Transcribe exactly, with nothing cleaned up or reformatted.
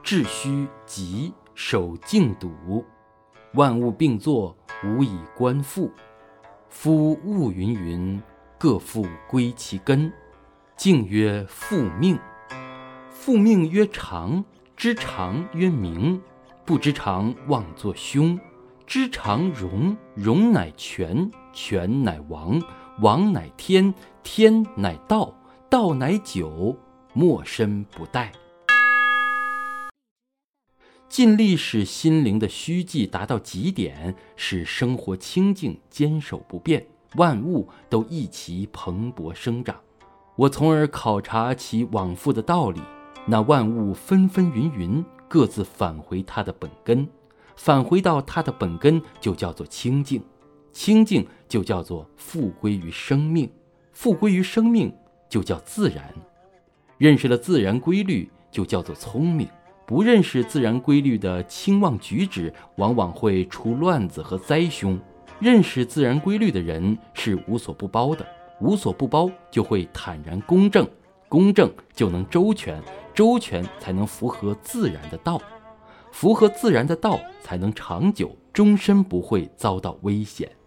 致虚极，守静笃，万物并作，无以观复。夫物芸芸，各复归其根。静曰复命，复命曰长，知常曰明，不知常妄作凶。知常容，容乃全，全乃王，王乃天，天乃道，道乃久，莫身不殆。尽力使心灵的虚寂达到极点，使生活清净坚守不变，万物都一齐蓬勃生长。我从而考察其往复的道理，那万物纷纷云云，各自返回它的本根，返回到它的本根就叫做清净，清净就叫做复归于生命，复归于生命就叫自然。认识了自然规律就叫做聪明，不认识自然规律的轻妄举止往往会出乱子和灾凶。认识自然规律的人是无所不包的，无所不包就会坦然公正，公正就能周全，周全才能符合自然的道，符合自然的道才能长久，终身不会遭到危险。